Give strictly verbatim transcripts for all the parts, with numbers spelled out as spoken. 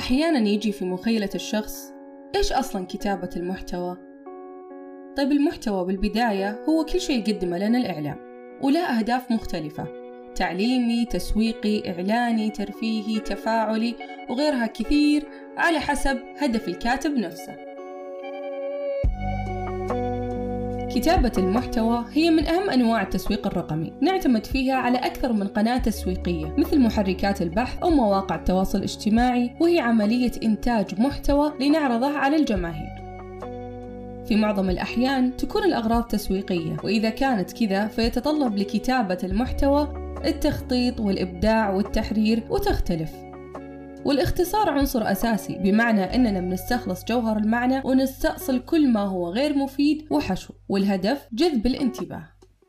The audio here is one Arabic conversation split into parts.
أحياناً يجي في مخيلة الشخص إيش أصلاً كتابة المحتوى؟ طيب المحتوى بالبداية هو كل شيء يقدمه لنا الإعلام، وله أهداف مختلفة: تعليمي، تسويقي، إعلاني، ترفيهي، تفاعلي، وغيرها كثير على حسب هدف الكاتب نفسه. كتابة المحتوى هي من أهم أنواع التسويق الرقمي، نعتمد فيها على أكثر من قناة تسويقية مثل محركات البحث أو مواقع التواصل الاجتماعي، وهي عملية إنتاج محتوى لنعرضه على الجماهير. في معظم الأحيان تكون الأغراض تسويقية، وإذا كانت كذا فيتطلب لكتابة المحتوى التخطيط والإبداع والتحرير، وتختلف. والاختصار عنصر أساسي، بمعنى أننا بنستخلص جوهر المعنى ونستأصل كل ما هو غير مفيد وحشو، والهدف جذب الانتباه.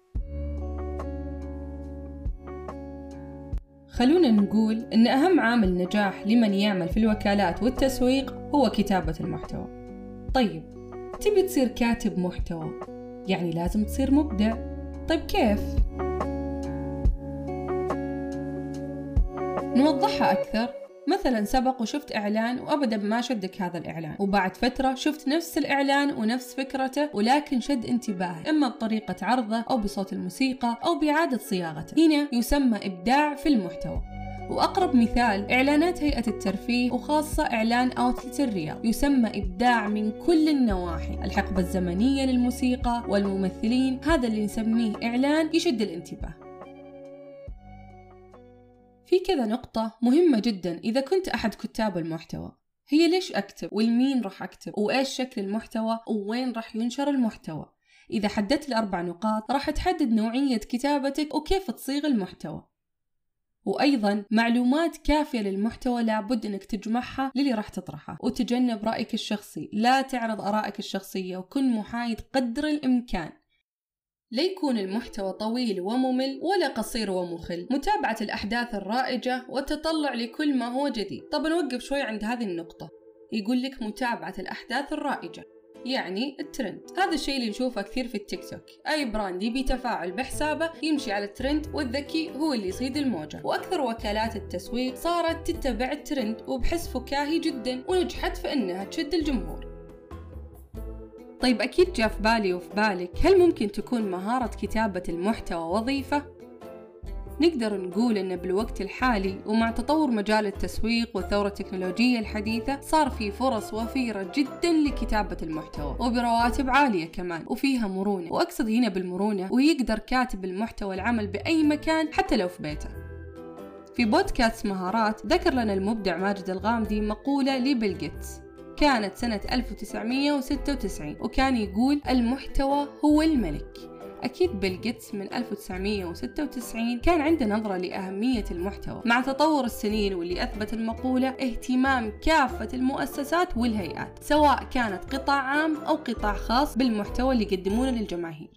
خلونا نقول أن أهم عامل نجاح لمن يعمل في الوكالات والتسويق هو كتابة المحتوى. طيب، تبي تصير كاتب محتوى يعني لازم تصير مبدع. طيب كيف؟ نوضحها أكثر. مثلا سبق وشفت إعلان وأبدا ما شدك هذا الإعلان، وبعد فترة شفت نفس الإعلان ونفس فكرته ولكن شد انتباهي، إما بطريقة عرضه أو بصوت الموسيقى أو بإعادة صياغته. هنا يسمى إبداع في المحتوى. وأقرب مثال إعلانات هيئة الترفيه، وخاصة إعلان أوتلت الرياض، يسمى إبداع من كل النواحي: الحقبة الزمنية للموسيقى والممثلين، هذا اللي نسميه إعلان يشد الانتباه. في كذا نقطة مهمة جدا إذا كنت أحد كتاب المحتوى، هي ليش أكتب، والمين راح أكتب، وإيش شكل المحتوى، ووين راح ينشر المحتوى. إذا حددت الأربع نقاط راح تحدد نوعية كتابتك وكيف تصيغ المحتوى. وأيضا معلومات كافية للمحتوى لابد أنك تجمعها للي راح تطرحه، وتجنب رأيك الشخصي، لا تعرض آرائك الشخصية، وكن محايد قدر الإمكان. لا يكون المحتوى طويل وممل ولا قصير ومخل. متابعة الأحداث الرائجة والتطلع لكل ما هو جديد. طب نوقف شوي عند هذه النقطة. يقول لك متابعة الأحداث الرائجة يعني الترند. هذا الشيء اللي نشوفه كثير في التيك توك. أي براند يبي تفاعل بحسابه يمشي على الترند، والذكي هو اللي يصيد الموجة. وأكثر وكالات التسويق صارت تتبع الترند وبحس فكاهي جدا، ونجحت في أنها تشد الجمهور. طيب أكيد جاء في بالي وفي بالك، هل ممكن تكون مهارة كتابة المحتوى وظيفة؟ نقدر نقول أن بالوقت الحالي ومع تطور مجال التسويق والثورة التكنولوجية الحديثة صار في فرص وفيرة جدا لكتابة المحتوى، وبرواتب عالية كمان، وفيها مرونة. وأقصد هنا بالمرونة ويقدر كاتب المحتوى العمل بأي مكان حتى لو في بيته. في بودكاست مهارات ذكر لنا المبدع ماجد الغامدي مقولة لبيل جيتس كانت سنة ألف وتسعمية وستة وتسعين، وكان يقول: المحتوى هو الملك. أكيد بيل جيتس من ألف وتسعمية وستة وتسعين كان عنده نظرة لأهمية المحتوى. مع تطور السنين واللي أثبت المقولة اهتمام كافة المؤسسات والهيئات، سواء كانت قطاع عام أو قطاع خاص، بالمحتوى اللي يقدمونه للجماهير.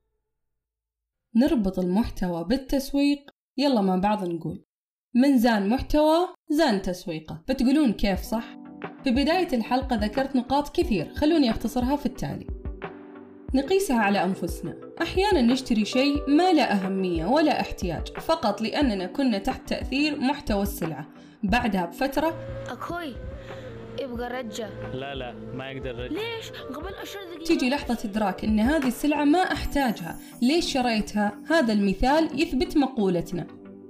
نربط المحتوى بالتسويق. يلا مع بعض نقول: من زان محتوى زان تسويقه. بتقولون كيف صح؟ في بداية الحلقة ذكرت نقاط كثير، خلوني أختصرها في التالي. نقيسها على أنفسنا. أحيانا نشتري شيء ما له أهمية ولا احتياج، فقط لأننا كنا تحت تأثير محتوى السلعة. بعدها بفترة أخوي يبغى رجع. لا لا ما يقدر رجع. ليش؟ قبل عشر دقايق تيجي لحظة إدراك أن هذه السلعة ما أحتاجها. ليش شريتها؟ هذا المثال يثبت مقولتنا.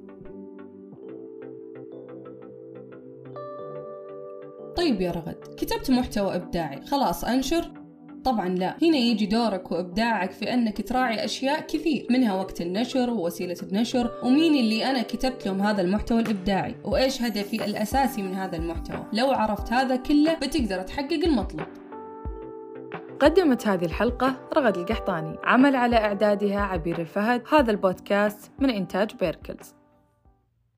طيب يا رغد، كتبت محتوى إبداعي، خلاص أنشر؟ طبعا لا. هنا يجي دورك وإبداعك في أنك تراعي أشياء كثير، منها وقت النشر ووسيلة النشر، ومين اللي أنا كتبت لهم هذا المحتوى الإبداعي، وإيش هدفي الأساسي من هذا المحتوى. لو عرفت هذا كله بتقدر تحقق المطلوب. قدمت هذه الحلقة رغد القحطاني، عمل على إعدادها عبير الفهد. هذا البودكاست من إنتاج بيركلز.